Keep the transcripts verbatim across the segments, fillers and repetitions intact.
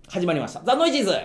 始まりましたザ・ノイジーズ。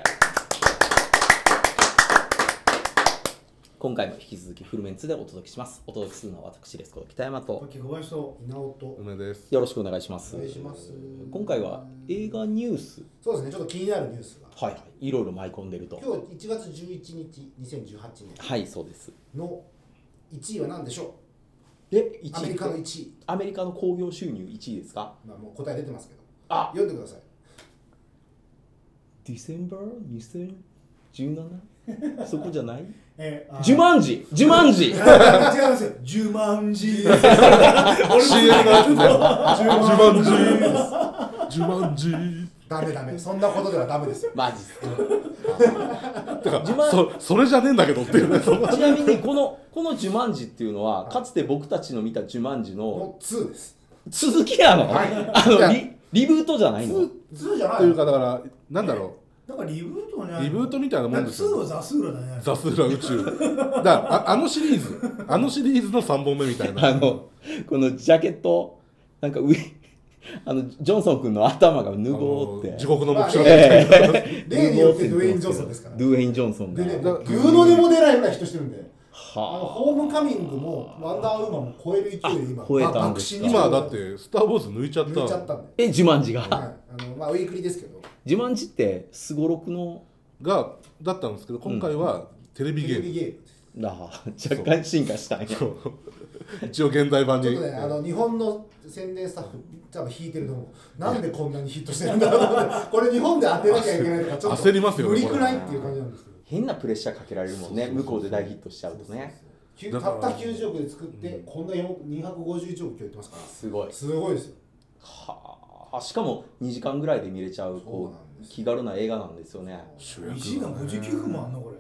今回も引き続きフルメンツでお届けします。お届けするのは私ですこと北山と小林と稲尾と梅です。 よろしくお願いします。 お願いします。 今回は映画ニュース、 そうですね、ちょっと気になるニュースがはいはい、いろいろ舞い込んでると。 今日いちがつじゅういちにちにせんじゅうはちねんはい、そうです。 のいちいは何でしょで、 う。アメリカのいちい、 アメリカの興行収入いちいですか。 まあ、もう答え出てますけど、 あ、 読んでください。 ディセンバーにせんじゅうなな そこじゃない。 えー、 ジュマンジジュマンジ違いますよ、ジュマンジです。 シーエム がジュマンジージュマンジーダメダメ、そんなことではダメですよ。 マジっすか。 だからジュマンそ, それじゃねえんだけどっていうね。そのちなみにこのこのジュマンジっていうのはかつて僕たちの見たジュマンジののにです。 続きやの、 はいあのリリブートじゃないの。 にじゃないというかだからなんだろなんかリブートはうね、 リブートみたいなもんですよ。 にはザスーラだね。 ザスーラ宇宙だからあ, あのシリーズあのシリーズのさんぼんめみたいな。 あのこのジャケットなんか上あのジョンソン君の頭がぬぼーって地獄の目標まあええ例によってドゥエイン・ジョンソンですから。 ドゥエイン・ジョンソンがでね、 だグーの音も出ないぐらいヒットしてるんで、あのはホームカミングもワンダーウーマンも超える勢いで今あ超えたんですか。 今だってスター・ウォーズ抜いちゃった。 抜いちゃったんで、 えジュマンジが、 はい、あのまあウィークリーですけど、 ジュマンジってすごろくのがだったんですけど今回はテレビゲーム。 テレビゲームです。 だ若干進化したんや。 そう一応現代版にちょっとね、あの日本の宣伝スタッフ多分引いてると思う。なんでこんなにヒットしてるんだろうと思って、これ日本で当てなきゃいけないとかちょっと焦りますよね無理くらいっていう感じなんですけど。 変なプレッシャーかけられるもんね、向こうで大ヒットしちゃうとね。 きゅたったきゅうじゅうおくで作って、こんなにひゃくごじゅういちおく今日言ってますから。 すごい。 すごいですよ。 はあ、しかもにじかんぐらいで見れちゃうこう気軽な映画なんですよね。 主役いちじかんごじゅうきゅうふんもあんのこれ。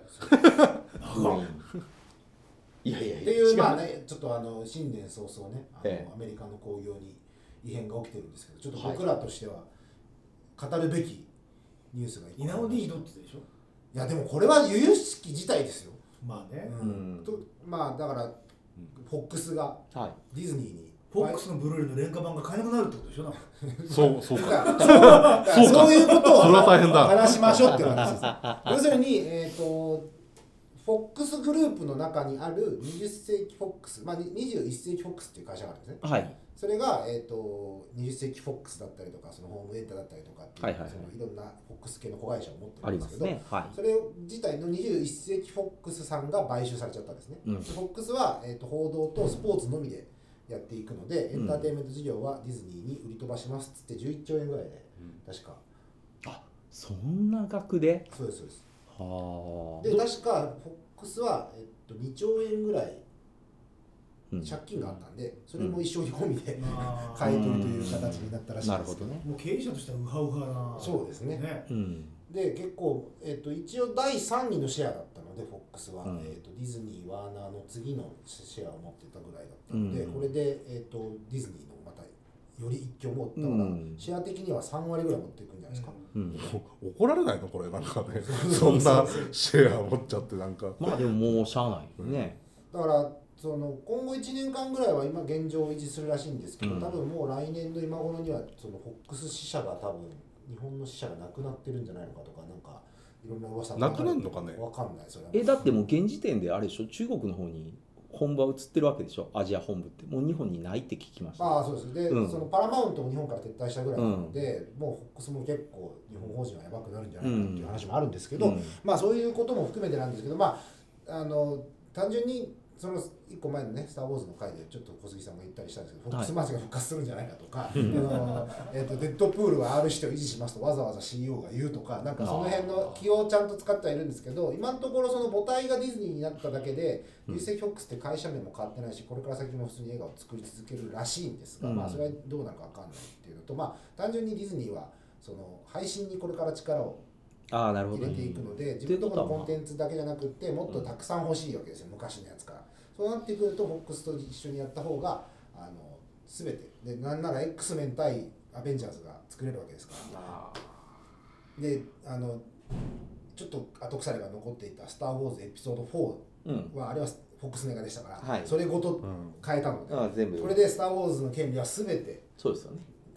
いやいやいや。 っていう違まあね、ちょっとあの新年早々ね、あの、 ええアメリカの興行に異変が起きてるんですけど、ちょっと僕らとしては語るべきニュースが一個稲尾 D にとってでしょ。 いやでもこれは由々しき事態ですよ。 まあね。 うんうんとまあだからフォックスがはい。 ディズニーにフォックスのブルーレイの廉価版が買えなくなるってことでしょ。なんかそうそうか。 だからそうそういうことをそれは大変だ話しましょうっていう話ですよ。要するに、えー、とフォックスグループの中にあるにじゅっせいきフォックス、まあ、にじゅういっせいきフォックスっていう会社があるんですね。 はいそれが、えー、とにじゅっせいきフォックスだったりとかそのホームエンタだったりとかっていう、 はいはいはいそのいろんなフォックス系の子会社を持ってありるんでけど、 ますすね。はい。 それ自体のにじゅういっせいきフォックスさんが買収されちゃったんですね。 うんでフォックスは、えー、と報道とスポーツのみでやっていくので、エンターテインメント事業はディズニーに売り飛ばしますっつってじゅういっちょうえんぐらいで、確かあ、そんな額で。 そうですそうです。 はあ。 で確かフォックスは、えっと、にちょうえんぐらいうん借金があったんで、それも一緒に込みで、 あー買い取りという形になったらしいんですけど、 なるほどね。 もう経営者としてはウハウハな。 そうですね。 ね。 うん。 で結構、えっと、一応だいさんいのシェアだったのでフォックスは、 うんえっと、ディズニーワーナーの次のシェアを持ってたぐらいだったので、 うんこれで、えっと、ディズニーのまたより一挙持ったから、 うんシェア的にはさんわりぐらい持っていくんじゃないですか。 うん。 怒られないのこれなんかね。 そそうそうんなシェア持っちゃってなんか。 まあでももうしゃあないね。 だからその今後いちねんかんぐらいは今現状を維持するらしいんですけど、 うん多分もう来年の今頃にはそのフォックス支社が多分日本の支社がなくなってるんじゃないのかとかなんかいろんな噂がなくなるのかねわかんないそれは。 えだってもう現時点であれでしょ、中国の方に本場移ってるわけでしょ、アジア本部ってもう日本にないって聞きました。 ああそうですで、 うんそのパラマウントも日本から撤退したぐらいなので、もうフォックスも結構日本法人はやばくなるんじゃないかっていう話もあるんですけど、 うんまあそういうことも含めてなんですけど、まああの単純にそのいっこまえのね「スター・ウォーズ」の回でちょっと小杉さんが言ったりしたんですけど、フォックスマーチが復活するんじゃないかとか、あのえーとデッドプールは アール シティを維持しますとわざわざ シーイーオー が言うとか、なんかその辺の気をちゃんと使ってはいるんですけど、今のところその母体がディズニーになっただけでニュースセキフォックスって会社名も変わってないし、これから先も普通に映画を作り続けるらしいんですが、 うんまあそれはどうなるかわかんないっていうのと、まあ単純にディズニーはその配信にこれから力をああなるほどね。 入れていくので、自分のところのコンテンツだけじゃなくてもっとたくさん欲しいわけですよ、昔のやつから。そうなってくるとフォックスと一緒にやった方があの全てで、なんなら X メン対アベンジャーズが作れるわけですから。 あであのちょっと後腐れが残っていた「スター・ウォーズ」エピソードフォーうん。 ーはあれはフォックスの映画でしたから、 はいそれごとうん変えたので、 ああ全部。 これで「スター・ウォーズ」の権利は全てそうですよね。 あの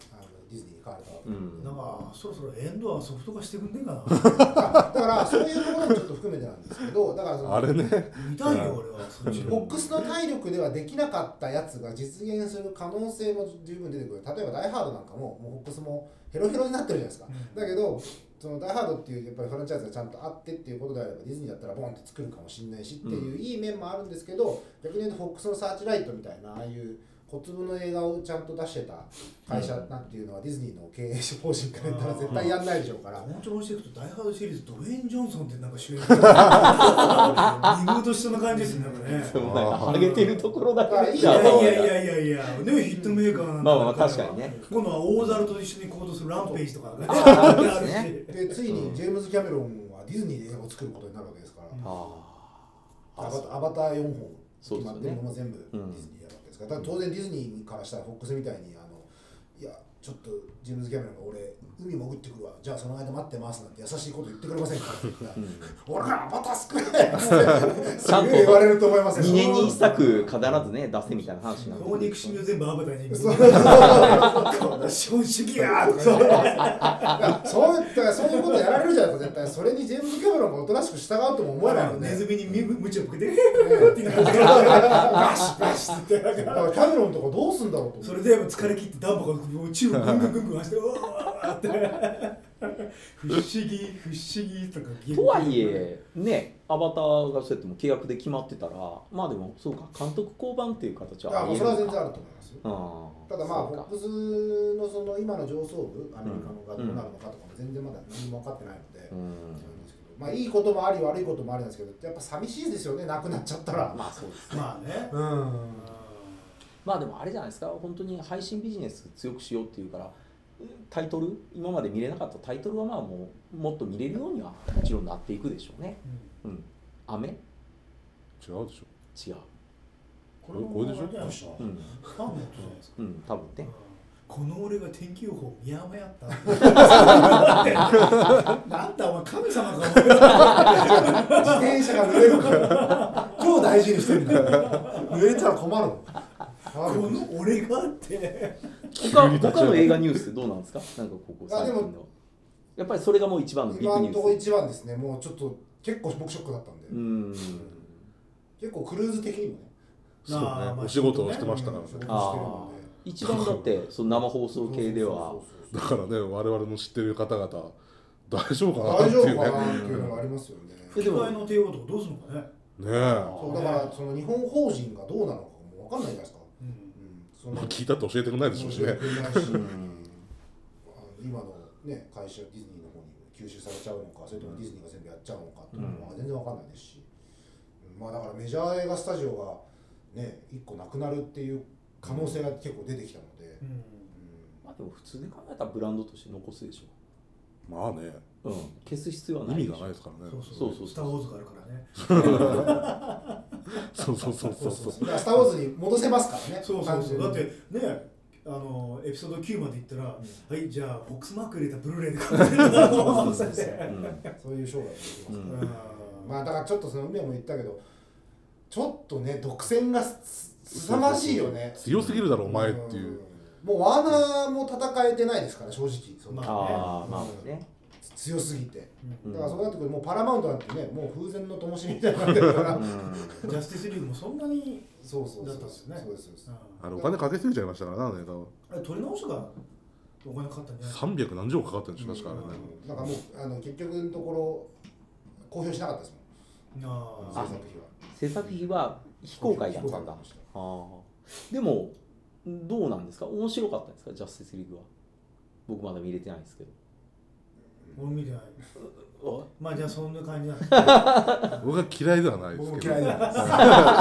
ディズニーに変われたわけ、 うんなんかそろそろエンドはソフト化してくんねえかなだからそういうところもちょっと含めてなんですけど、だからそのあれね見たいよ俺はそっちフォックスの体力ではできなかったやつが実現する可能性も十分出てくる。例えばダイハードなんかももうフォックスもヘロヘロになってるじゃないですか、 うんだけどそのダイハードっていうやっぱりフランチャイズがちゃんとあってっていうことであればディズニーだったらボンって作るかもしれないしっていういい面もあるんですけど、逆に言うとフォックスのサーチライトみたいなああいう小粒の映画をちゃんと出してた会社なんていうのはディズニーの経営方針から言ったら絶対やんないでしょうから、 もうちょいしていくとダイハードシリーズドウェイン・ジョンソンってなんか主演リムーと一緒な感じですねなんかねでもなんか上げてるところだけあいじゃあやいやいやいやいやねヒットメーカーなんだまあまあ確かにね今度は大猿と一緒に行動するランページとかねあーあるしねでついにジェームズ・キャメロンはディズニーで映画を作ることになるわけですから、 あアバタアバターよんほん決まってるのも全部デうんィズニーやるわけですから、だから当然ディズニーからしたらフォックスみたいにあのいやちょっとジェームズ・キャメロンが俺海潜ってくるわじゃあその間待ってますなんて優しいこと言ってくれませんかって言ったら、俺からアバター救えってちゃんとすげえ言われると思いますよにねんにいっさく必ずね出せみたいな話になってこの憎しみを全部アバターにそうこんな資本主義やーとかそうだからそういったそういうことやられるじゃないですか絶対。それにジェームズ・キャメロンがおとなしく従うとも思えないので、 ネズミにムチを向けてって言いながらバシバシって言ってだからキャメロンとかどうすんだろうと思ってそれで疲れ切ってダンボが宙をぐんぐんぐんぐん走ってうわーって不思議不思議とかとはいえねアバターがそうやっても契約で決まってたらまあでもそうか監督降板っていう形はあもうありえるのかそれは全然あると思いますよ。 あただまあ、フォッそうかクスのその今の上層部、アメリカのがどうなるのかとかも全然まだ何も分かってないので、 うんなんですけどまあいいこともあり悪いこともありなんですけど、やっぱ寂しいですよね、なくなっちゃったら。 まあそうですねまあねうん。 まあでもあれじゃないですか本当に配信ビジネス強くしようっていうからタイトル今まで見れなかったタイトルはまあもうもっと見れるようにはもちろんなっていくでしょうねうん雨違うでしょ違うこれもこれでしょあれじゃないですかうんファンのことじゃないですかうん多分ねこの俺が天気予報見誤やったなんだお前神様かお前自転車が濡れるから、超大事にしてるんだよ。濡れたら困るの。 この俺がって他他の映画ニュースってどうなんですかなんかここ最近のあでもやっぱりそれがもう一番のビッ今グニュースのところ一番ですね、もうちょっと結構僕ショックだったんで、 うん結構クルーズ的にもね、 そうねあーまあお仕事をしてましたからね仕事してるあので。 一番だってその生放送系ではそうそうそうそうだからね我々の知ってる方々大丈夫かなっていうね大丈夫かなっていうのがありますよね。 えでも吹き替えの帝王とかどうするのかねねえそうだからその日本法人がどうなのかも分かんないじゃないですか。 うんうん、そまあ聞いたって教えてくれないでしょうしね教えてくれないし、 うんあの今のね会社ディズニーの方に吸収されちゃうのか、それともディズニーが全部やっちゃうのかっていうのは全然分かんないですし、うんまあだからメジャー映画スタジオがね一個なくなるっていう可能性が結構出てきたので、 うんうんまあでも普通で考えたらブランドとして残すでしまあねょうん消す必要はな意味いでしょがないですからねそうそうそうそうそうスター・ウォーズがあるからねそうそうそうそうそうだからスター・ウォーズに戻せますからね。 そうそうそうだってね、 ねあのエピソードきゅうまでいったら、はいじゃあボックスマーク入れたブルーレイで買ってるなと思ってうんそういうショーができますから、 うんまあだからちょっとその梅も言ったけど、ちょっとね独占がす凄まじいよね。 強すぎるだろお前っていう、 んもうワーナーも戦えてないですから正直その、 まああまあね強すぎて、 うんだからそうなってくるともうパラマウントなんてねもう風前の灯火みたいになってるから、 うんジャスティスリーグもそんなにそうそうそうだったんですよねそうですそうです、 うんあれお金かけすぎちゃいましたからなネタをあれ取り直しがお金かかったんじゃないさんびゃくなんじょうかかったんでしょ確かあれね、 うんなんかもうあの結局のところ公表しなかったですもんあ制作費は制作費は非公開だったんだ非公開でしたああでもどうなんですか面白かったんですかジャスティスリーグは僕まだ見れてないんですけど俺見てないあまあじゃあそんな感じなんです僕は嫌いではないですけど僕も嫌いなんです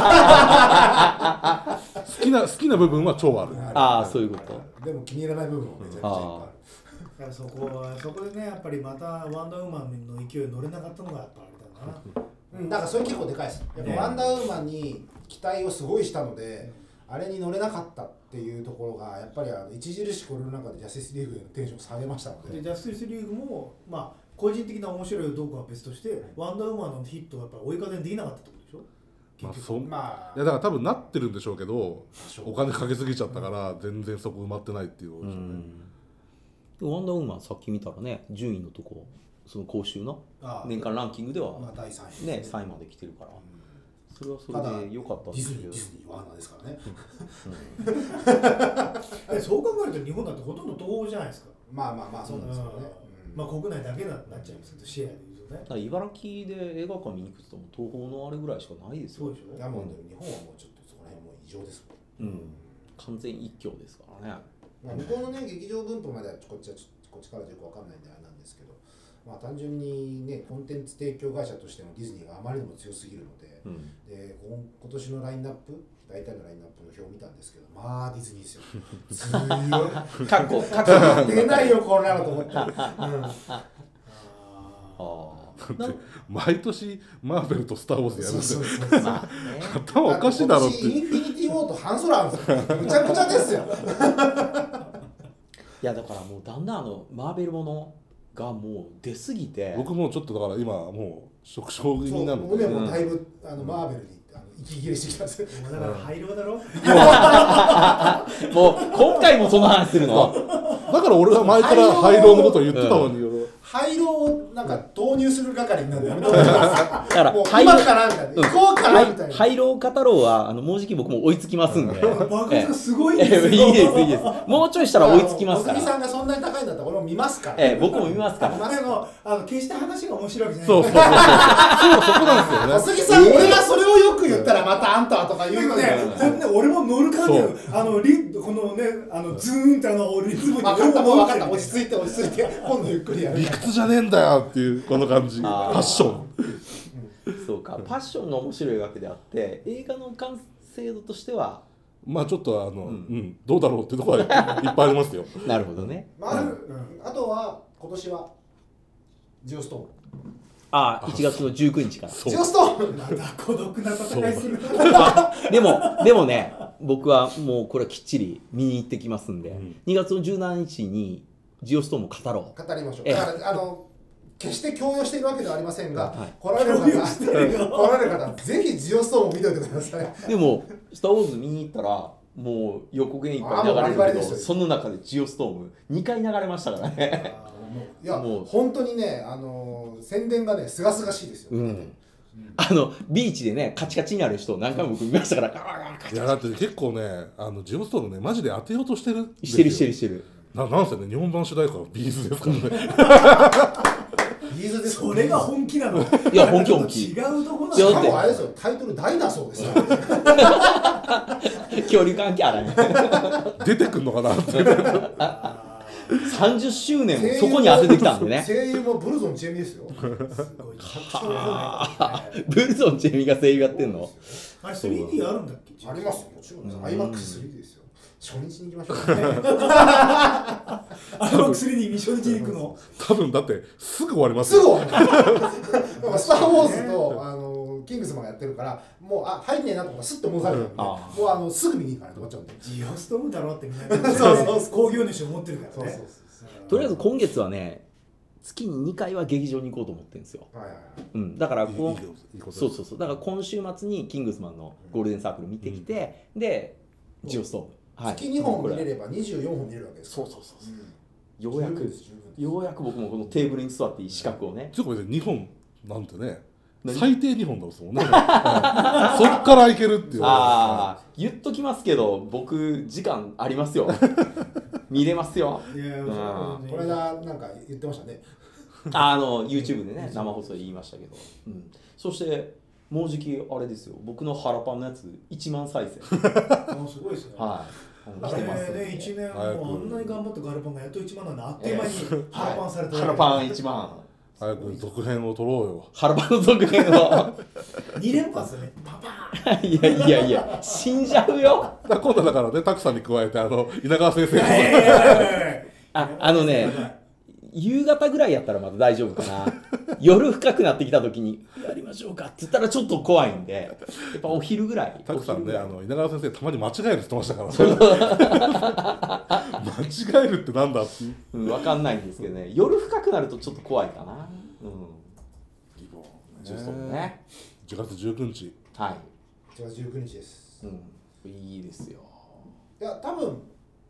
好きな好きな部分は超あるあーそういうことでも気に入らない部分もめちゃくちゃいっぱいあるだからそこはそこでねやっぱりまたワンダーウーマンの勢いに乗れなかったのがやっぱあれだなうん、だからそれ結構でかいです。やっぱワンダーウーマンに期待をすごいしたので、あれに乗れなかったっていうところがやっぱりあの著しく俺の中でジャスティスリーグへのテンションを下げましたので。 でジャスティスリーグもまあ個人的な面白いどうかは別としてワンダーウーマンのヒットはやっぱり追い風にできなかったってことでしょまあ結局そんいまあやだから多分なってるんでしょうけど多少お金かけすぎちゃったから全然そこ埋まってないっていうことうでしょうね、 んワンダーウーマンさっき見たらね順位のとこその公衆のあ年間ランキングではまあだいさんいねさんいまで来てるから、それはそれで良かったんディズニーですけど、 ディズニーワーナーですからね。 でそう考えると日本だってほとんど東欧じゃないですか。 まあまあまあそうなんですよね。 うんまあ国内だけになっちゃいますけどシェアで言うとね。 だから茨城で映画館見に行くって言っても東宝のあれぐらいしかないですよ。 そうでしょ。 いやもうでも日本はもうちょっとそこら辺もう異常ですもん。 うん、完全一強ですからね。 まあ、向こうのね劇場分布まではこっちはこっちからじゃよくわかんないんであれなんですけど、まあ単純にねコンテンツ提供会社としてのディズニーがあまりにも強すぎるので、 うん、 で今今年のラインナップ大体のラインナップの表を見たんですけど、まあディズニーですよ。強い。 過去過去出ないよこんなのと思って。うんあだって毎年マーベルとスター・ウォーズやるんそうでそうそうそう。 まあね、 頭おかしいだろって今年インフィニティ・ウォーとハンソロあるんですよ。むちゃくちゃですよ。 いやだからもうだんだんあのマーベルものがもう出過ぎて、 僕もちょっとだから今もう食傷気味なので、 僕ねもうだいぶあのマーベルにあの息切れしてきたんですよ。 だから廃炉だろ。 もう今回もその話するの。 だから俺は前から廃炉のことを言ってたのに、 う廃炉をなんか導入する係になるのやめてもらっていいですか。 だからもう廃炉今からみたいな、行こうかなみたいな。 廃炉語ろうはあのもうじき僕も追いつきますんで。 爆発がすごいんえですよ。 えいいですいいです。もうちょいしたら追いつきますから。 小杉さんがそんなに高いんだったら俺も見ますから。 ええ僕も見ますから。 あのあの決して話が面白いわけじゃない。 そうそうそうそうそうそこなんですよね。 小杉さん、俺がそれをよく言ったらまたあんたはとか言うのに。 でもね、これね、俺も乗る感じそうあのリこのね、あのズーンってあのリズムに分かったもう分かった、 俺も乗落ち着いて落ち着いて、今度ゆっくりやる理屈じゃねえんだよっていうこの感じ、 あーパッション。 そうか、パッションが面白いわけであって映画の完成度としてはまあちょっとあの、 ううんん、どうだろうっていうところはいっぱいありますよ。 なるほどね。 まあ、あとは今年はジオストーム。 ああいちがつのじゅうくにちから。 そうジオストーム。 また孤独な戦いする。 でもでもね僕はもうこれきっちり見に行ってきますんで、 うんにがつのじゅうしちにちにジオストームを語ろう。 語りましょう。 ええだからあの決して強要しているわけではありませんが、 はい来られる方、来られる方、ぜひジオストームを見ておいてください。 でも「スター・ウォーズ」見に行ったらもう予告編いっぱい流れあもうバリバリるけどですよその中でジオストームにかい流れましたからね。 いやもう本当にね、あの宣伝がね、すがすがしいですよ。 うんあのビーチでねカチカチになる人何回も僕見ましたからガーガーカチいやだって結構ねあのジオストームねマジで当てようとしてるんですよ。 してるしてるしてる。 ななんせね日本版主題歌はビーズですからね。 ビーズです。 それが本気なの。 いや本気本気違うとこないやしの。 かもあれですよ、タイトルダイナソーですよ。 距離関係あらね。 出てくんのかなって。 さんじゅっしゅうねんをそこに当ててきたんでね。 声優もブルゾンチェミですよ。 すごい。 あーブルゾンチェミが声優やってんの。 あれ スリーディー あるんだっけ？ ありますよ、もちろんです。 うんアイマックススリーディー ですよ。初日に行きましょう。 あのスリーディー に初日に行くの。 多分だってすぐ終わりますよ。 すぐ終わる。でもスター・ウォーズとあのキングスマンがやってるから、もうあ入んねえなとかスッと戻されるんで、 あもうあのすぐ見に行かないと思っちゃうんで。 ジオストームだろってみんなそうそうそう工業主を持ってるからね。 そうそうとりあえず今月はね月ににかいは劇場に行こうと思ってるんですよ。 そう。はいはいはい。 うん、だからこのいいいいいいことですそうそうそうだから今週末にキングスマンのゴールデンサークル見てきて、でジオストーム、はい、 月にほん見れこれればにじゅうよんほん見れるわけですそから。 うそうそうそう、 うんようやく十分です十分ですようやく僕もこのテーブルに座っていい資格をね、 ちょっとこれにほんなんてね何最低にほんですもんね。はいそっからいけるっていう。 ああ言っときますけど僕時間ありますよ見れますよ。 いやうんこの間なんか言ってましたね。 あの YouTube でね生放送で言いましたけど、うん、そしてもうじきあれですよ僕の腹パンのやついちまん再生あすごいですね。 はいあの来てますんで、 ね、いちねんも早くあんなに頑張ってガルパンがやっといちまんなんであっという間に腹パンされて腹パンいちまん早く続編を撮ろうよ。 腹パンの続編をに連発でねパパーン。 いやいやいや死んじゃうよ。 だから今度だからね、たくさんに加えてあの稲川先生いやいやいやいやああのね夕方ぐらいやったらまだ大丈夫かな夜深くなってきた時にやりましょうかって言ったらちょっと怖いんでやっぱお昼ぐらいたくさんね、 お昼ぐらいあの稲川先生たまに間違えるって言ってましたからね。間違えるってなんだっていう。 うん、分かんないんですけどね夜深くなるとちょっと怖いかなうんリボンジューストームねじゅうがつじゅうくにち。 はいいちがつじゅうくにちです。 うんいいですよいや多分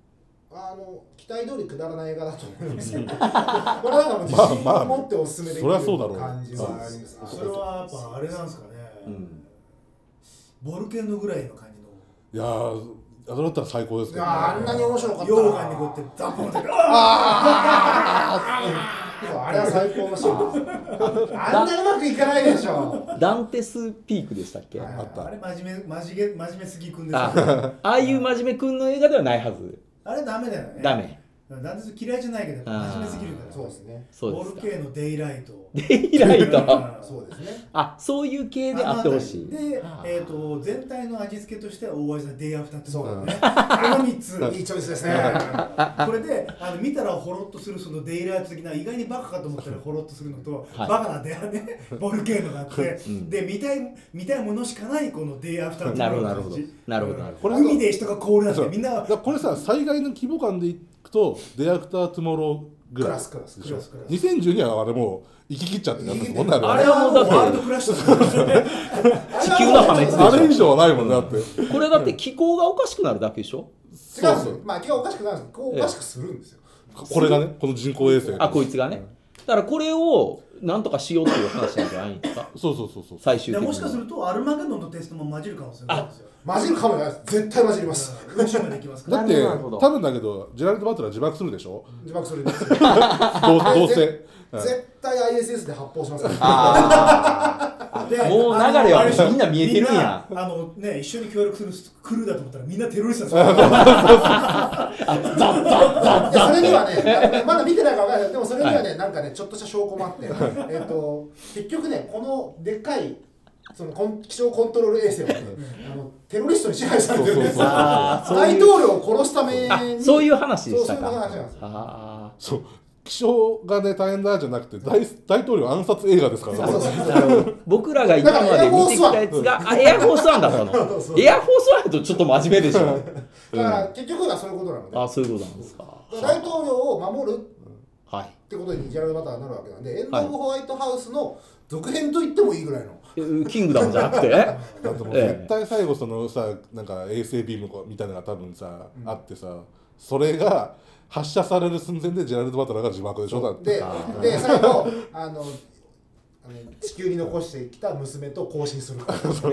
あの期待通りくだらない映画だと思いますけどこれなんかもう自信を持っておすすめできるまあまあそりゃそうだろう感じはあります。 それはやっぱあれなんですかね、 うん、 ボルケンノぐらいの感じのいやーあれだったら最高ですけど、ね、 あんなに面白かった溶岩にこうやってザポンってああれは最高のシーンあんなうまくいかないでしょ。 ダンテスピークでしたっけ？ はいあったあれ真面目真面目真面目すぎくんですよ、 あああいう真面目くんの映画ではないはず。 あれダメだよね。 ダメ。 なんで嫌いじゃないけど真面目すぎるから。 そうですね。 そうですか。 ボルケーノデイライト。 デイライト。 そうですね。 あ、そういう系であってほしい。 で、えっと全体の味付けとしては大味なデイアフターってそうだね。 このみっついいチョイスですね。 これであの見たらホロッとするそのデイライト的な意外にバカかと思ったらホロッとするのと、 はい、 バカなデアねボルケーノがあって、 うん、 で見たい見たいものしかないこのデイアフターなるほどなるほどなるほどなるほど。 海で人が凍るなんてみんなこれさ災害の規模感でいくとデアフタートゥモローぐらいクラスクラスにせんじゅうにはあれもう行き切っちゃってるやつもんね。 あれはもうだってワールドクラッシュ地球の破滅でしょ。 あれ以上はないもんねだって。 これだって気候がおかしくなるだけでしょ。 違うんですよ。まあ気がおかしくなるんですけど、おかしくするんですよ。 これがねこの人工衛星。 あこいつがね。だからこれをなんとかしようっていう話なんじゃないんですか。 そうそうそうそう。 最終的にもしかするとアルマゲドンのテストも混じるかもしれないですよ。 混じるかもしれないです。絶対混じります。 宇宙まで行きますから。 だって多分だけどジェラルド・バトラー自爆するでしょ。 自爆するんですよ。 どうせ。 絶対 アイエスエス で発砲しますから。 あでもう流れはみんな見えてるんや。 あのね一緒に協力するクルーだと思ったらみんなテロリストだった。 それにはねまだ見てないか分からない。でもそれにはねなんかねちょっとした証拠もあって、えっと結局ねこのでっかいその気象コントロール衛星はね、あのテロリストに支配されてるんですよ。大統領を殺すために。 そういう話でしたか。 そういう話なんですよ。 あそう。気象がね大変だじゃなくて 大, 大統領暗殺映画ですからね。 僕らが今まで見てきたやつがあエアフォースワンだったの。エアフォースワンとちょっと真面目でしょ。 だから結局はそういうことなので。 あそういうことなんですか。 大統領を守るはいってことにジェラルド・バターになるわけなんで、エンド・オブ・ホワイトハウスの続編と言ってもいいぐらいの。 キングダムじゃなくて。 だってもう絶対最後そのさなんか衛星ビームみたいなのが多分さ、うん、あってさそれが発射される寸前でジェラルド・バトラーが自爆でしょ。だってでで最後あのあの地球に残してきた娘と交信するからそう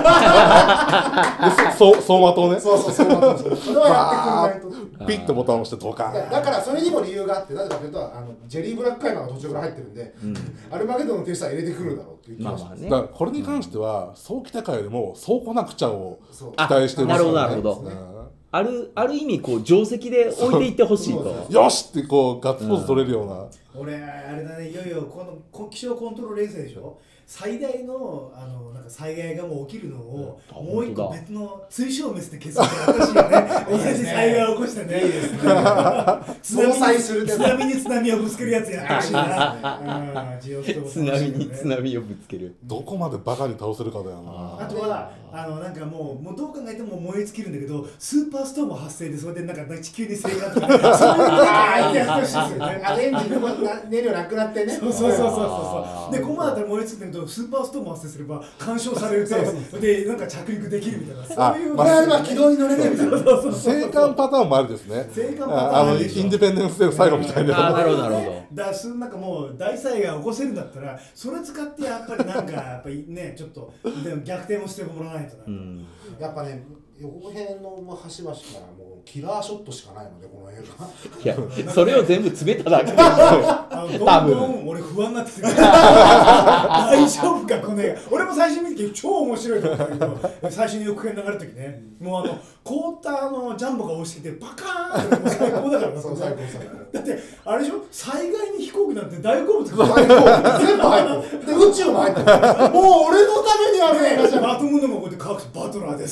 走馬灯ね。 そうそう走馬灯それはやってくれないとピッとボタンを押してドカーン。 だからそれにも理由があってなぜかというとあのジェリー・ブラックカイマーが途中から入ってるんで、うん、アルマゲドンのテストは入れてくるだろうっていう気がします。 ね、 だからこれに関してはそうきたかよりもそうこなくちゃを期待してますよね。なるほどなるほど。あるある意味こう定石で置いていってほしいとよしってこうガッツポーズ取れるような、うん、 俺あれだねいよいよこの気象コントロール衛星でしょ最大のあのなんか災害がもう起きるのを、うん、もう一個別の追消滅で消すって新しいよね同じ災害を起こしてねいいですね津波に津波に津波をぶつけるやつやってほしいな津波に津波をぶつけるどこまでバカに倒せるかだよな。 あとはあのなんかもうもうどう考えても燃え尽きるんだけどスーパーストーム発生でそれでなんか地球に生還とかそういうのがやってほしいですよね。 あれエンジンの燃料なくなってね。 そうそうそうそうそうでこのままだったら燃え尽きてるとスーパーストーム発生すれば干渉されるとでなんか着陸できるみたいなそういうこれあれば軌道に乗れるみたいな生還パターンもあるですね。 生還パターンあのインディペンデンスデーの最後みたいな。 あなるほどなるほど。 だからなんかもう大災害を起こせるんだったらそれ使ってやっぱりなんかやっぱりねちょっとでも逆転をしてもらわないとな。うんやっぱね横辺の端々からもうキラーショットしかないのでこの映画いやそれを全部詰めただけであのどんどん俺不安になってきて大丈夫かこの映画俺も最初見て超面白いと思ったけど最初に横辺流れる時ねもうあの凍ったのジャンボが押してきてパカーンってもう最高だからそう最高最高だってあれでしょ災害に飛行機なんて大好物大好物全部入ってるで宇宙も入ってるもう俺のためにある映画じゃんバトムのもこうやって科学バトラーです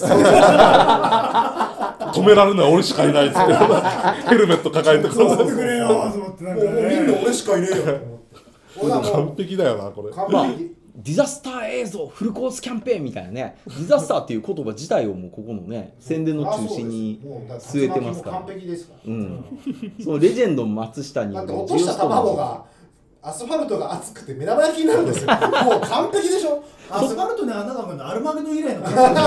止められるのは俺しかいないっつってヘルメット抱えてそうってくれよと思ってなんかねもう見るの俺しかいねえよと思って完璧だよなこれ。 完璧ディザスター映像フルコースキャンペーンみたいなねディザスターっていう言葉自体をもうここのね宣伝の中心に据えてますから完璧ですから、 うん、そのレジェンド松下にだって落とした卵がアスファルトが熱くて目玉焼きになるんですよ。もう完璧でしょ。 アスファルトに穴が開くのアルマゲドン以来の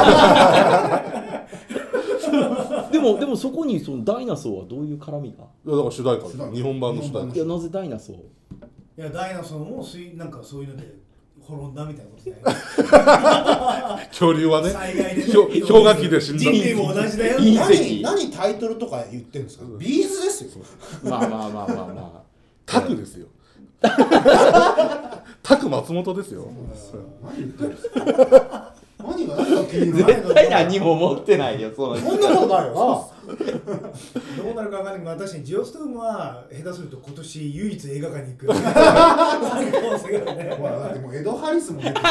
でもでもそこにそのダイナソーはどういう絡みが？ いやだから主題歌主題歌日本版の主題歌いやなぜダイナソー？ いやダイナソーも水なんかそういうので滅んだみたいなことね。 恐竜はね災害でね氷氷河期で死んだ人類も同じだよ。 隕何石何タイトルとか言ってるんですか。ビーズですよ。 まあまあまあまあまあタクですよタク松本ですよ。 何言ってるんですか。何が何が気に入る。 絶対何も持ってないよそのこんなことないよ。 どうなるかわかんないけど、確かにジオストームは下手すると今年唯一映画館に行く可能性があるね。 ほらだってもうエド・ハリスも出てる。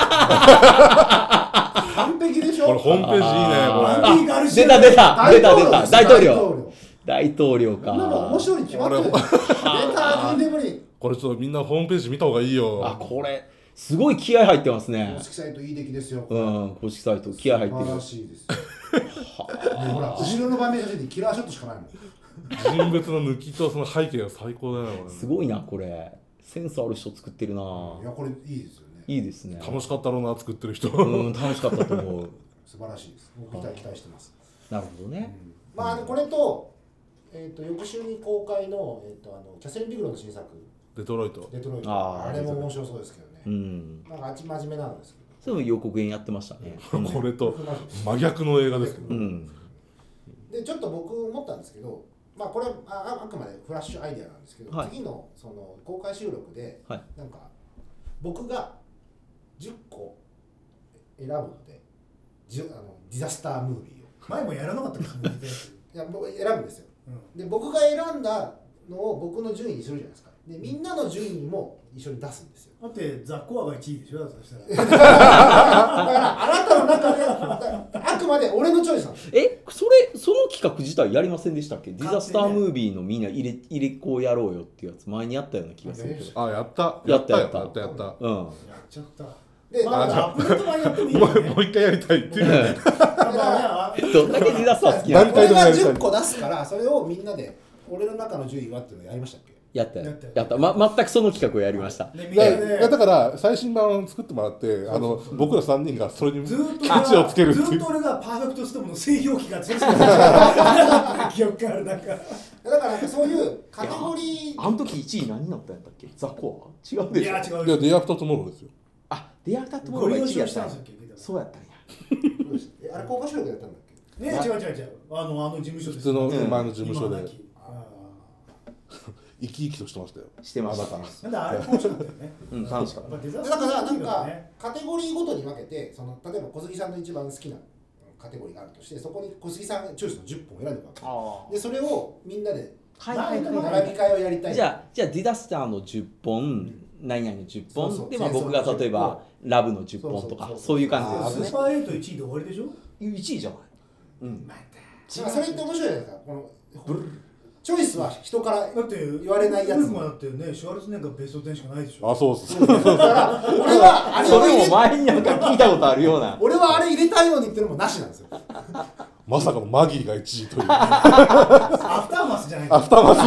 完璧でしょ。 これホームページいいねこれ。 アンディ・ガルシア出た出た出た出た大統領領。 大統領か。 こんなの面白いに決まってる。出たとんでもに。 これちょっとみんなホームページ見た方がいいよ。 あこれすごい気合入ってますね公。式サイトいい出来ですよ。 うん公式サイト気合入ってる素晴ら。しいです。もうほら後ろの場面写真にキラーショットしかないもん。 人物の抜きとその背景が最高だよこれ。 すごいなこれセンスある人作ってるないやこれいいですよね。 いいですね。 楽しかったろうな作ってる人。 うん楽しかったと思う。 素晴らしいです。もう期待期待してます。 なるほどね。 まああのこれとえっと翌週に公開のえっとあのキャセリン・ビグロの新作デトロイト。 デトロイト。 あーあれも面白そうですけどね。 うん。 なんかあっち真面目なんですけど。 それも予告編やってましたね。 これと真逆の映画ですけど。 うん。 でちょっと僕思ったんですけど、まあこれはああくまでフラッシュアイデアなんですけど、 はい次のその公開収録で、 はいなんか僕がじゅっこ選ぶので、じゅあのディザスタームービーを前もやらなかったですね。 いや僕選ぶんですよ。で僕が選んだのを僕の順位にするじゃないですか。でみんなの順位も一緒に出すんですよ。 だってザ・コアがいちいでしょ。だとしたら。 だからあなたの中であくまで俺のチョイスなんですよ。 えそれその企画自体やりませんでしたっけ？ディザスタームービーのみんな入れ入れ子をやろうよっていうやつ前にやったような気がするけど。 あやった。 やったよやったやったやった。 うん。 やっちゃった。 でまあだからアップデート版やってもいいもよね。 うもう一回やりたいっていう。 まあねどんだけディザスター好きなの？ 何回俺がでもやりたいじゅっこ出すからそれをみんなで俺の中の順位はっていうのやりましたっけ？ やったやったやったま全くその企画をやりました。 ねみんいやなでいやだから最新版を作ってもらってあの僕らさんにんがそれにずーっと位置をつけるっていうずっと。俺がパーフェクトストームの製氷機がついてた記憶があるなんか。 だからなんかそういうカテゴリーあの時いちい何になったんやったっけ？ザコア？違ういでしょ。 や違う。 いやデイアフタートゥモローですよ。 あディアフタートゥモロご了ーがいちいやったんや承したんですよ。 そうやったんや。 えあれ公開収録やったんだっけ？ ね違う違う違う。あのあの事務所です。 普通のうん前の事務所で今なきあ生き生きとしてましたよ。 してました。 ーなんであれ面白かったよね。 うん楽しかった。 まあデザでだからなんいいよかねカテゴリーごとに分けてその例えば小杉さんの一番好きなカテゴリーがあるとしてそこに小杉さんがチョイスのじゅっぽんを選んでくわけあでそれをみんなではいはいはいはい並び替えをやりたい。 じゃあじゃあディザスターのじゅっぽん、何々のじゅっぽんそうそうで、まあ、僕が例えばラブのじゅっぽんとかそうそうそうそういう感じあーですね。 スーパーエイトいちいで終わりでしょ。 いちいじゃない。うん。 なんかそれって面白いじゃないですか。このチョイスは人からだって言われないやつウルフもだってねシュワルツェネッガーベストテンしかないでしょ。 あそうっす。 だから俺はあれそれもを入れ前になんか聞いたことあるような。 俺はあれ入れたいのにっていうのもなしなんですよ。 まさかのマギーがいちいという。 アフターマスじゃないアフターマス。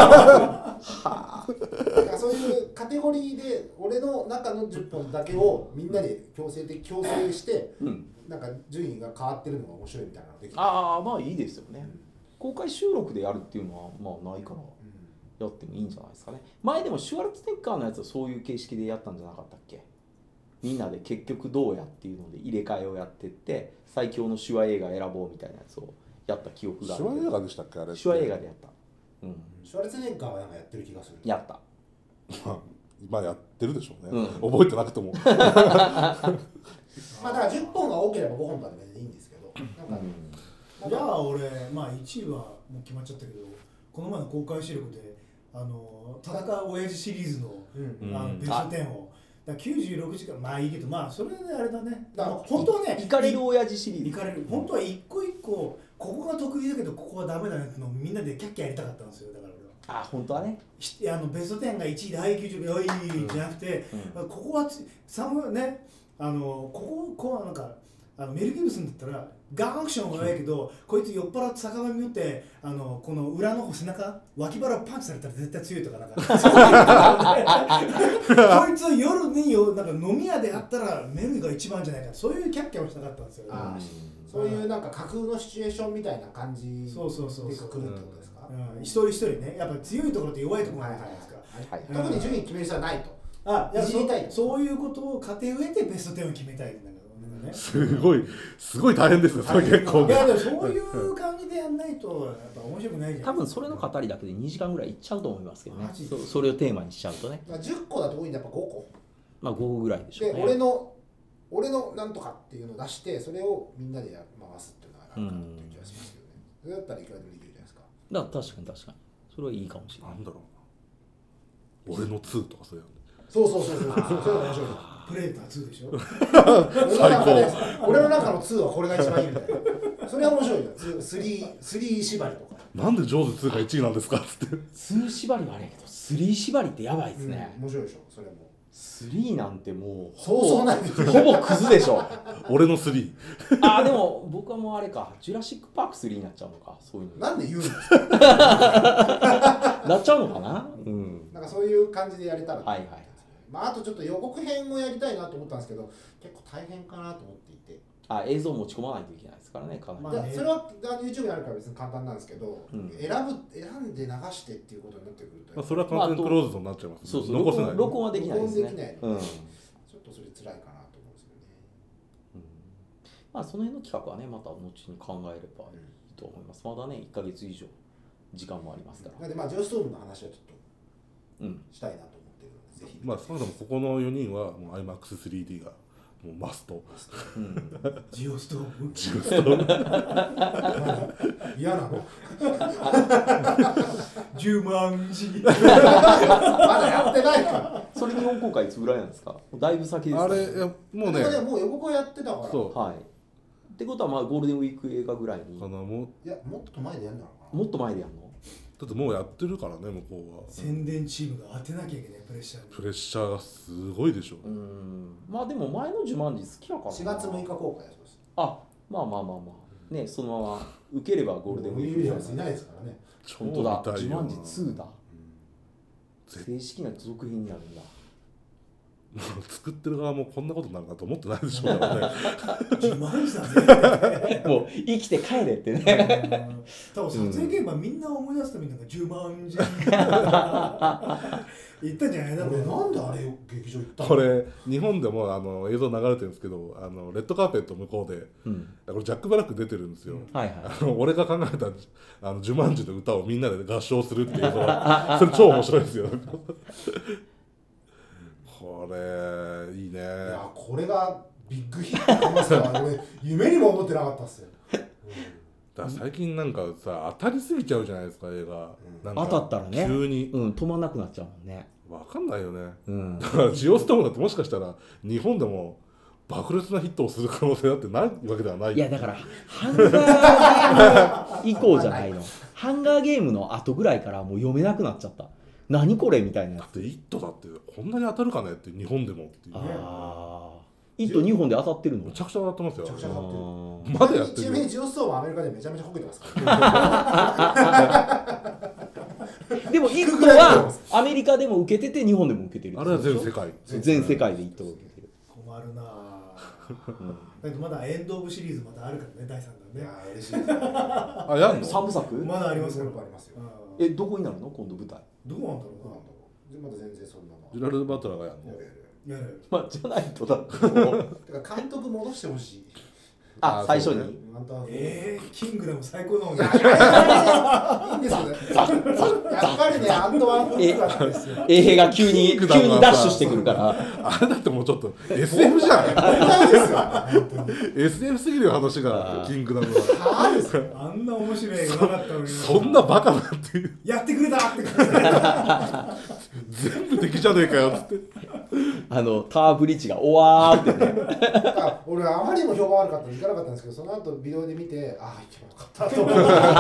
だからそういうカテゴリーで俺の中のじゅっぽんだけをみんなで強制的強制してうん。 なんか順位が変わってるのが面白いみたいなのができる。 ああまあいいですよね。公開収録でやるっていうのはまあないからやってもいいんじゃないですかね。前でもシュワルツェネッガーのやつはそういう形式でやったんじゃなかったっけ？みんなで結局どうやっていうので入れ替えをやってって最強の手話映画選ぼうみたいなやつをやった記憶がある。 手話映画でしたっけあれ。 手話映画でやった。うん。 シュワルツェネッガーはなんかやってる気がする。 やった。 まあやってるでしょうね。 うん覚えてなくても。 まあだからじゅっぽんが多ければごほんとかでいいんですけどなんか、なんかじゃあ俺まあいちいはもう決まっちゃったけどこの前の公開収録であの戦う親父シリーズのうんうんあのベストテンをだからきゅうじゅうろくじかんまあいいけどまあそれであれだねだから本当はねイカれる親父シリーズ。 行かれる本当は一個一個ここが得意だけどここはダメだねってのをみんなでキャッキャやりたかったんですよだから俺は。 あ本当はね。 しあのベストテンがいちいで「はいきゅうじゅうよい」じゃなくて、 うんここはつさんねあのこここうなんかあのメル・ギブスンだったらガンアクションはないけど、こいつ酔っ払って酒場によってあのこの裏の方背中脇腹をパンチされたら絶対強いとかなんかこいつ夜によなんか飲み屋でやったらメルが一番じゃないか、そういうキャッキャをしたかったんですよ、ね。 あそういうなんか架空のシチュエーションみたいな感じでそうそうそうそう来るってことですか。 うん、一人一人ね、やっぱ強いところと弱いところがあるじゃないですか。 はいはいはい、特に順位決める人はないと。 あ、いやいじりたいと。 そういうことを過程を得てベストテンを決めたいんだけどね。 すごいすごい大変ですよそれ結構。 いやでもそういう感じでやんないとやっぱ面白くないじゃん。 多分それの語りだけでにじかんぐらいいっちゃうと思いますけどね。 マジそ, それをテーマにしちゃうとね。 じゅっこだと多いんでやっぱごこ。 まあごこぐらいでしょうね。 で俺の俺のなんとかっていうのを出してそれをみんなでや回すっていうのがあるかなっていう気がしますけどね。それだったらいくらでもできるじゃないですか。 だから確かに確かにそれはいいかもしれない。 なんだろうな、俺のツーとかそういうの。 そうそうそうそうそうそういうの面白い。 プレーターツーでしょ。 最高。俺の中のツーはこれが一番いいみたいな。それは面白いよ。スリースリー縛りとか。 なんでジョーズツーがいちいなんですかっつって。 ツー縛りはあれやけどスリー縛りってやばいですね。 うん、面白いでしょそれも。 スリーなんてもうそうそうないでしょ。 ほぼクズでしょ。 俺のスリー。あでも僕はもうあれかジュラシックパークスリーになっちゃうのかそういうの。 なんで言うんですか。 なっちゃうのかな。うん。 なんかそういう感じでやれたら。 はいはい。 まああとちょっと予告編をやりたいなと思ったんですけど結構大変かなと思っていて。 あ映像持ち込まないといけないですからねかなり。 まあね、それは YouTube にあるから別に簡単なんですけど、うん、選ぶ選んで流してっていうことになってくると、 まあ、それは完全クローズドになっちゃいます、ね。 そうそう残せない。 録音はできないですね。 録音できない、 うん、 ちょっとそれ辛いかなと思うんですよね。 うん、まあその辺の企画はねまた後に考えればいいと思います。まだねいっかげつ以上時間もありますから。 なんでまあジョーストームの話はちょっとしたいなと思ってるので、ぜひ。 まあ少なくともここのよにんはもう アイマックススリーディー がもうマスト。 うん、 ジオストーム。 ジオストーム。 嫌なの。 じゅうまんじ。 まだやってないから。 それ日本公開いつぐらいなんですか。だいぶ先ですね。 あれいやもうね。 もう予告やってたから。 そう。 はい。ってことはまあゴールデンウィーク映画ぐらいに。 かなもう。いやもっと前でやるんだろうな。もっと前でやるの。 だってもうやってるからね向こうは。 宣伝チームが当てなきゃいけないプレッシャー。 プレッシャーがすごいでしょ。 うん。まあでも前のジュマンジ好きやからな。 しがつむいか公開です。 あ、まあまあまあまあねそのまま受ければゴールデンウィーク。 いないですからね。 本当だ。ジュマンジツーだ。正式な続編になるんだ。 作ってる側もこんなことになるかと思ってないでしょうからね。 ジュマンジだね。 もう生きて帰れってね。 多分撮影現場みんな思い出すためになんかジュマンジ言ったんじゃないだろう。 なんであれ劇場行ったの。 これ日本でもあの映像流れてるんですけど、あのレッドカーペット向こうで、うん、これジャック・バラック出てるんですよ。うんはいはい、あの俺が考えたあのジュマンジの歌をみんなで合唱するっていうのはそれ超面白いですよ。これいいね。いやこれがビッグヒットかますから俺夢にも思ってなかったっすよ。うん、 だから最近なんかさ当たりすぎちゃうじゃないですか映画。 うん、なんか当たったらね急に、 うん、止まんなくなっちゃうもんね。 わかんないよね。 うん、 だからジオストームだってもしかしたら日本でも爆裂なヒットをする可能性だってないわけではない。 いやだからハンガーゲーム以降じゃないの。ハンガーゲームの後ぐらいからもう読めなくなっちゃった。何これみたいなやつ。 だってイットだってこんなに当たるかねって日本でもっていう、ね、 ああイットにほんで当たってるの。 めちゃくちゃ当たってますよ。 めちゃくちゃ当たってる。 まだやってる。 ちなみにジオストームはアメリカでめちゃめちゃこけてますからでもイットはアメリカでも受けてて日本でも受けてる。 あれは全世界全世界でイットを受けてる。 困るなぁ、うん、まだエンドオブシリーズまだあるからね第三弾ね。 いや嬉しいですね。 あやんのさんぶさくまだありますよ。 ありますよ。 えどこになるの今度舞台。 どこなんだろうな。 まだ全然そんなの。 ジュラルド・バトラーがやるの。 やるやる。 まあじゃないとだってもうてか監督戻してほしい。 あ最初に。 ええキングダム最高のもんね。 いいんですよね。やっぱりねアントワン・フォークなんですよ。 衛兵が急に急にダッシュしてくるから。 あれだってもうちょっと エスエフ じゃん。エスエフ すぎるよ話がキングダムは。 あんな面白い映画なかったのに。 そんなバカなっていう。 やってくれたって感じ。全部敵じゃねえかよっつって。 あのタワーブリッジがおわーってね。 俺あまりにも評判悪かったんで行かなかったんですけど、その後ビデオで見てああ行けばよかったと思って。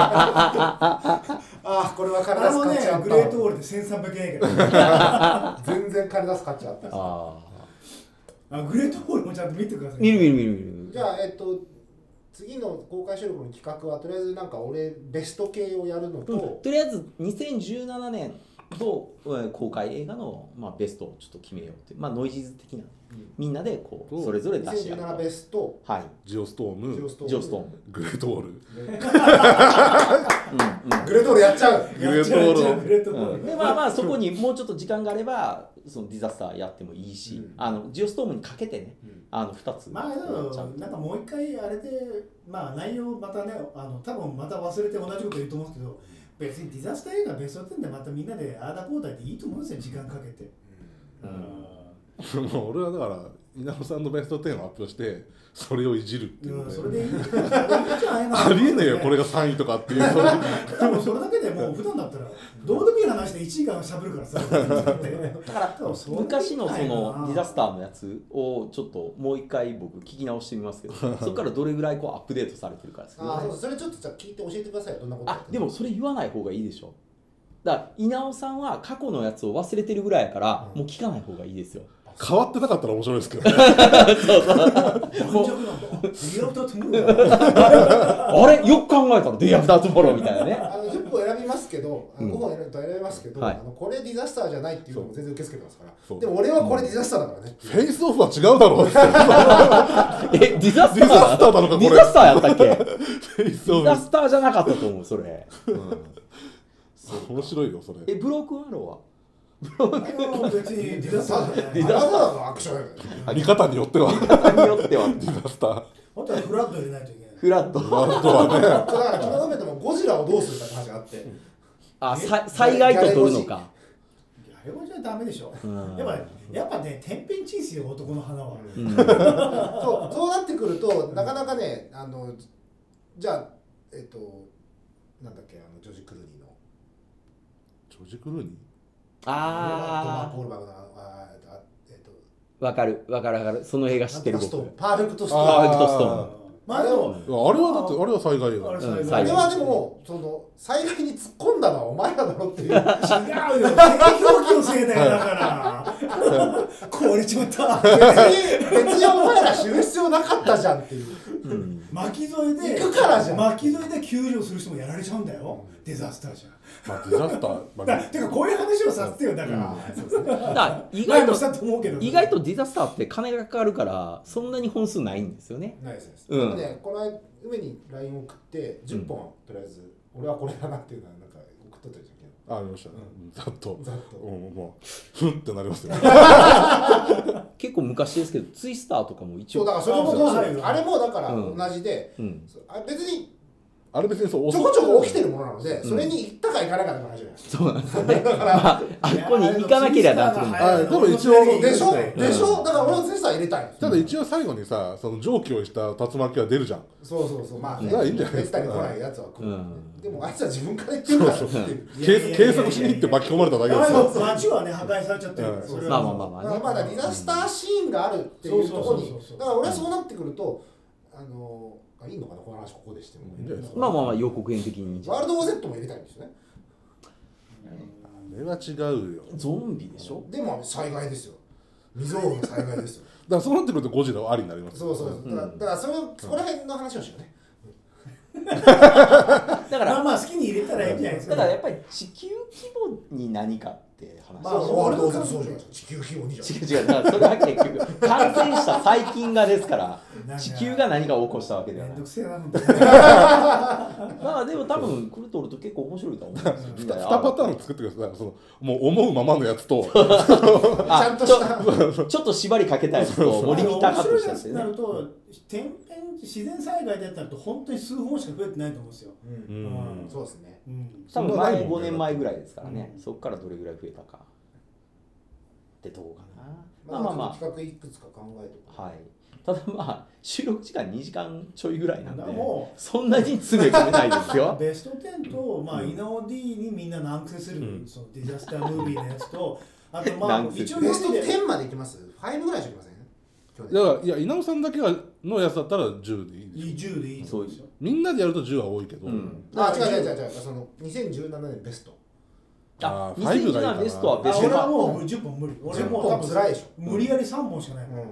ああこれは金出す価値あった。 グレートウォールでせんさんびゃくえんやけど。 全然金出す価値あった。 ああグレートホールもちゃんと見てください。 見る見る見る見る。 じゃあえっと次の公開収録の企画はとりあえずなんか俺ベスト系をやるのと、 うん、とりあえずにせんじゅうななねんの公開映画の、まあ、ベストをちょっと決めようっていう、まあ、ノイジーズ的な、うん、みんなでこうそれぞれ出し合う。 にせんじゅうななベスト、 はい、 ジオストーム、 ジオストーム、 ジオストーム、 グレートウォール、 うんうん、グレートウォールやっちゃう。 グレートウォール、 グレートウォール、 うん、でまあまあそこにもうちょっと時間があればそのディザスターやってもいいし、うん、あのジオストームにかけてね、うん、あのふたつまあでもなんかもう一回あれでまあ内容またねあの多分また忘れて同じこと言うと思うんですけど、別にディザスター映画ベストテンでまたみんなでああだこうだでいいと思うんですよ、時間かけて。 うん、もう俺はだから稲尾さんのベストテンを発表してそれをいじるっていうので、 うん、それでいいありえねえよこれがさんいとかっていう多分それだけでもう普段だったらどうでもいい話でいちじかんしゃべるからさだから昔のそのディザスターのやつをちょっともう一回僕聞き直してみますけどそこからどれぐらいこうアップデートされてるかですけど、ね、 あそうそれちょっとじゃあ聞いて教えてくださいよ、どんなことやってる。 あでもそれ言わない方がいいでしょ。だから稲尾さんは過去のやつを忘れてるぐらいやから、うん、もう聞かない方がいいですよ。 変わってなかったら面白いですけどね。 そうそうあれよく考えたらデイアフタートゥモローみたいなね。 あのじゅっぽん選びますけど、あのごほん選べますけど、 はい、 あのこれディザスターじゃないっていうのも全然受け付けてますから。でも俺はこれディザスターだからね。 フェイスオフは違うだろうって。 えディザスター？ ディザスターなのかこれ。 ディザスターやったっけ？ フェイスオフ。 ディザスターじゃなかったと思うそれ。うん、 面白いよそれ。 えブロークンアローは？ 別にディザスターじゃない。 ディザスターのアクションやから。見方によっては。 見方によっては。 ディザスター。 あとはフラッド入れないといけない。 フラッド。 フラッドはね。 だから昨日述べてもゴジラをどうするかって話があって。 あさ災害と取るのか。 あれはじゃダメでしょ。やっぱやっぱね天変地異ですよ男の花は。 うん、そうそうなってくるとなかなかねあのじゃあえっとなんだっけあのジョージ・クルーニーの。 ジョージ・クルーニー。 あトマ・コールバグのあえっとわかるわかるわかるその映画知ってる僕。 パーフェクトストーン。 パーフェクトストーン。 まあでもあれはだってあれは災害映画。 あれはでもその災害に突っ込んだのはお前らだろっていう。違うよ。 低表記のせいだよだから。壊れちまった。 別に別にお前ら知る必要なかったじゃんっていう。 うん、 巻き添えで行くからじゃん。 巻き添えで救助する人もやられちゃうんだよ。デザスターじゃん。 まあデザスター。まあ、 だてかこういう話をさせてよだから。うん、そうですね。だから意外としたと思うけど、 意外とディザスターって金がかかるからそんなに本数ないんですよね。 ないですです。 うん。 ねこの間梅に ライン 送ってじゅっぽん、うん、とりあえず俺はこれだなっていうのはなんか送っとったじゃん。 ありましたね。うん、ざっと。 ざっと。 うん、もうふんってなりますよ。 結構昔ですけどツイスターとかも一応。 そうだからそれもどうする？あれもだから同じで、うん、あ別に。 あれ別にそうちょこちょこ起きてるものなので、うん、それに行ったか行かなかった話じゃないですか。 そうなんですよね。だから、まあ、あそこに行かなければなってるんだ。 でも一応でしょでしょ。だから俺はツイスター入れたい。 ただ一応最後にさ、その蒸気をした竜巻は出るじゃん。 そうそうそう。まあね。 じゃあいいんじゃないですか。 めったに来ないやつは来る。うん、でもあいつは自分から言ってるから。そうそう。 計測しに行って巻き込まれただけですよ。 街はね破壊されちゃってる。 まあまあまあまあね。 まだディザスターシーンがあるっていうところに。だから俺はそうなってくるとあの。いいのかなこの話ここでしてもいいんじゃないですか。 まあまあまあ予告編的にワールド・オー・ゼットも入れたいんですよね。 あれは違うよ。 ゾンビでしょ。 でも災害ですよ。未曾有の災害ですよ。 だからそうなってくるとゴジラはありになります。 そうそう。だから、だからそれそこら辺の話をしようね。 だからまあまあ好きに入れたらいいんじゃないですか。 だからやっぱり地球規模に何かって話。 まあワールド・オー・ゼットそうじゃないですか。地球規模にじゃ。 違う違う。だからそれは結局感染した細菌がですから。地球が何かを起こしたわけではない。 めんどくせえな。 まあでも多分これ取ると結構面白いと思うんですよ。 にパターン作ってください。そのもう思うままのやつとちゃんとしたちょっっと縛りかけたやつともうリミッターカットしたやつでね。 なると天変自然災害だったらと本当に数本しか増えてないと思うんですよ。 うん、うん、そうですね。 うん、 多分前ごねんまえぐらいですからね。うん、そこからどれぐらい増えたか。ってどうかな。 まあまあまあ企画いくつか考えておく。 はい。ただまあ収録時間にじかんちょいぐらいなんでそんなに詰め込めないですよ。 ベストテンと、まあ、イナオ D にみんな難癖する、うん、そのディザスタームービーのやつとあとまあ一応ベストテンまでいきます？ごぐらいしかいきません？ だからいや稲尾さんだけのやつだったらじゅうでいいでしょ。 じゅうでいいそうですよ。 みんなでやるとじゅうは多いけど、うん、 あ違う違う違う違うそのにせんじゅうななねんベスト。 あにせんじゅうななベストはベスト。 俺はもうじゅっぽん無理。俺もう多分辛いでしょ。 無理やりさんぼんしかないもん。 う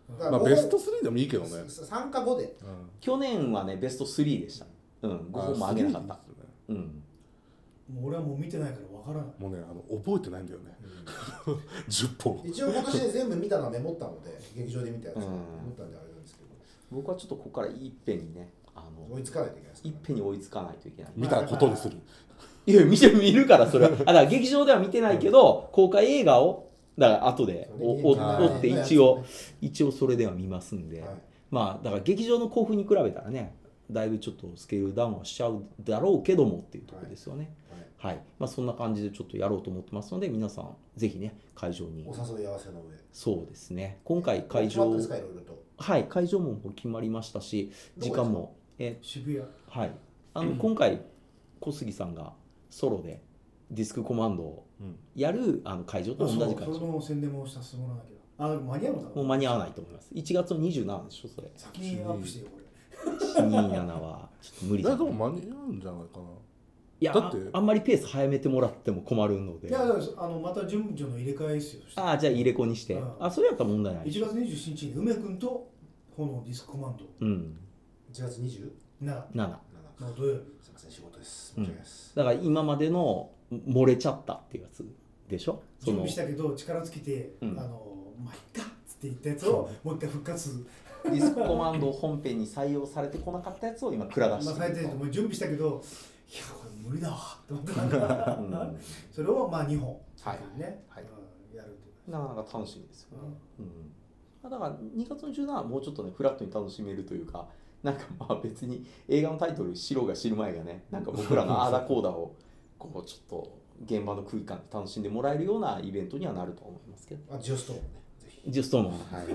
まあベストスリーでもいいけどね。 参加ごで、うん、 去年はねベストスリーでした。うん、ごほんも上げなかった。ね、うん。 もう俺はもう見てないからわからない。 もうねあの覚えてないんだよね。うん、じゅっぽん。 一応今年で全部見たのはメモったので劇場で見たやつメモったんであれなんですけど。 僕はちょっとここからいっぺんにねあの追いつかないといけないです、 ね。いっぺんに追いつかないといけない。 見たことにする。 いや見て見るからそれは。あだから劇場では見てないけど公開映画をだから後で追って一応一応それでは見ますんで、はい、まあだから劇場の興奮に比べたらねだいぶちょっとスケールダウンはしちゃうだろうけどもっていうところですよね。はい、はいはい、まあ、そんな感じでちょっとやろうと思ってますので皆さんぜひね会場にお誘い合わせの上そうですね今回会場ですかいろいろとはい会場も決まりましたし時間もえ渋谷はいあの今回小杉さんがソロでディスクコマンドをやる、うん、あの会場と同じ会場。 その宣伝もさせてもらわなきゃ。あ、間に合うのかな。 もう間に合わないと思います。いちがつのにじゅうしちでしょそれ。 先にアップしてよこれ。 いちにーななはちょっと無理だ。でも間に合うんじゃないかな。 いやだって あ, あんまりペース早めてもらっても困るので。 いやあのまた順序の入れ替えですよ。 あじゃあ入れ子にして。うん、あそれやったら問題ない。 いちがつにじゅうしちにちに梅君と炎ディスクコマンド。 うん。 いちがつにじゅうなな。 なな。 の土曜日。 すみません仕事です。 うん、だから今までの漏れちゃったっていうやつでしょ。 準備したけど力尽きて、うん、あのまあいっかっつって言ったやつをもう一回復活。 ディスクコマンド本編に採用されてこなかったやつを今蔵出してる。 まあ、最低もう準備したけどいやこれ無理だわと思って、うん、それをまあにほんね、はいはいうん、やるっていうなかなか楽しみですよね。うんうん、だからにがつのじゅうしちはもうちょっとねフラットに楽しめるというかなんかまあ別に映画のタイトル知ろうが知る前がねなんか僕らのあーだこーだをこうちょっと現場の空間で楽しんでもらえるようなイベントにはなると思いますけど。 あジオストーンね。 ジオストーン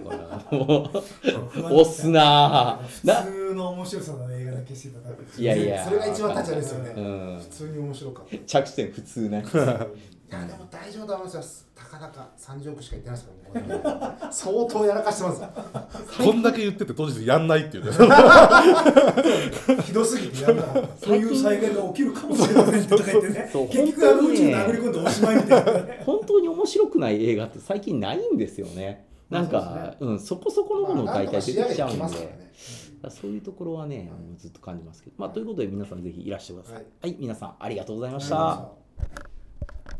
はい。押すなー。普通の面白さの映画だけしてただけ。 いやいや。 それが一番立ちですよね、 うん。 普通に面白かった。 着地点普通ね。 いやでも大丈夫だと思いますよ。たかだかさんじゅうおくしか言ってないですから、もう相当やらかしてます。 こんだけ言ってて当日やんないっていうね。 ひどすぎてやんなかった。 そういう災害が起きるかもしれませんとか言ってね。結局あの宇宙に殴り込んでおしまいみたいな、ね。 本当に面白くない映画って最近ないんですよね。なんか、うん、そこそこのものを大体出てきちゃうんで、まあね、そういうところはね、ずっと感じますけど、まあということで皆さんぜひいらしてください。はい、はい、皆さんありがとうございました。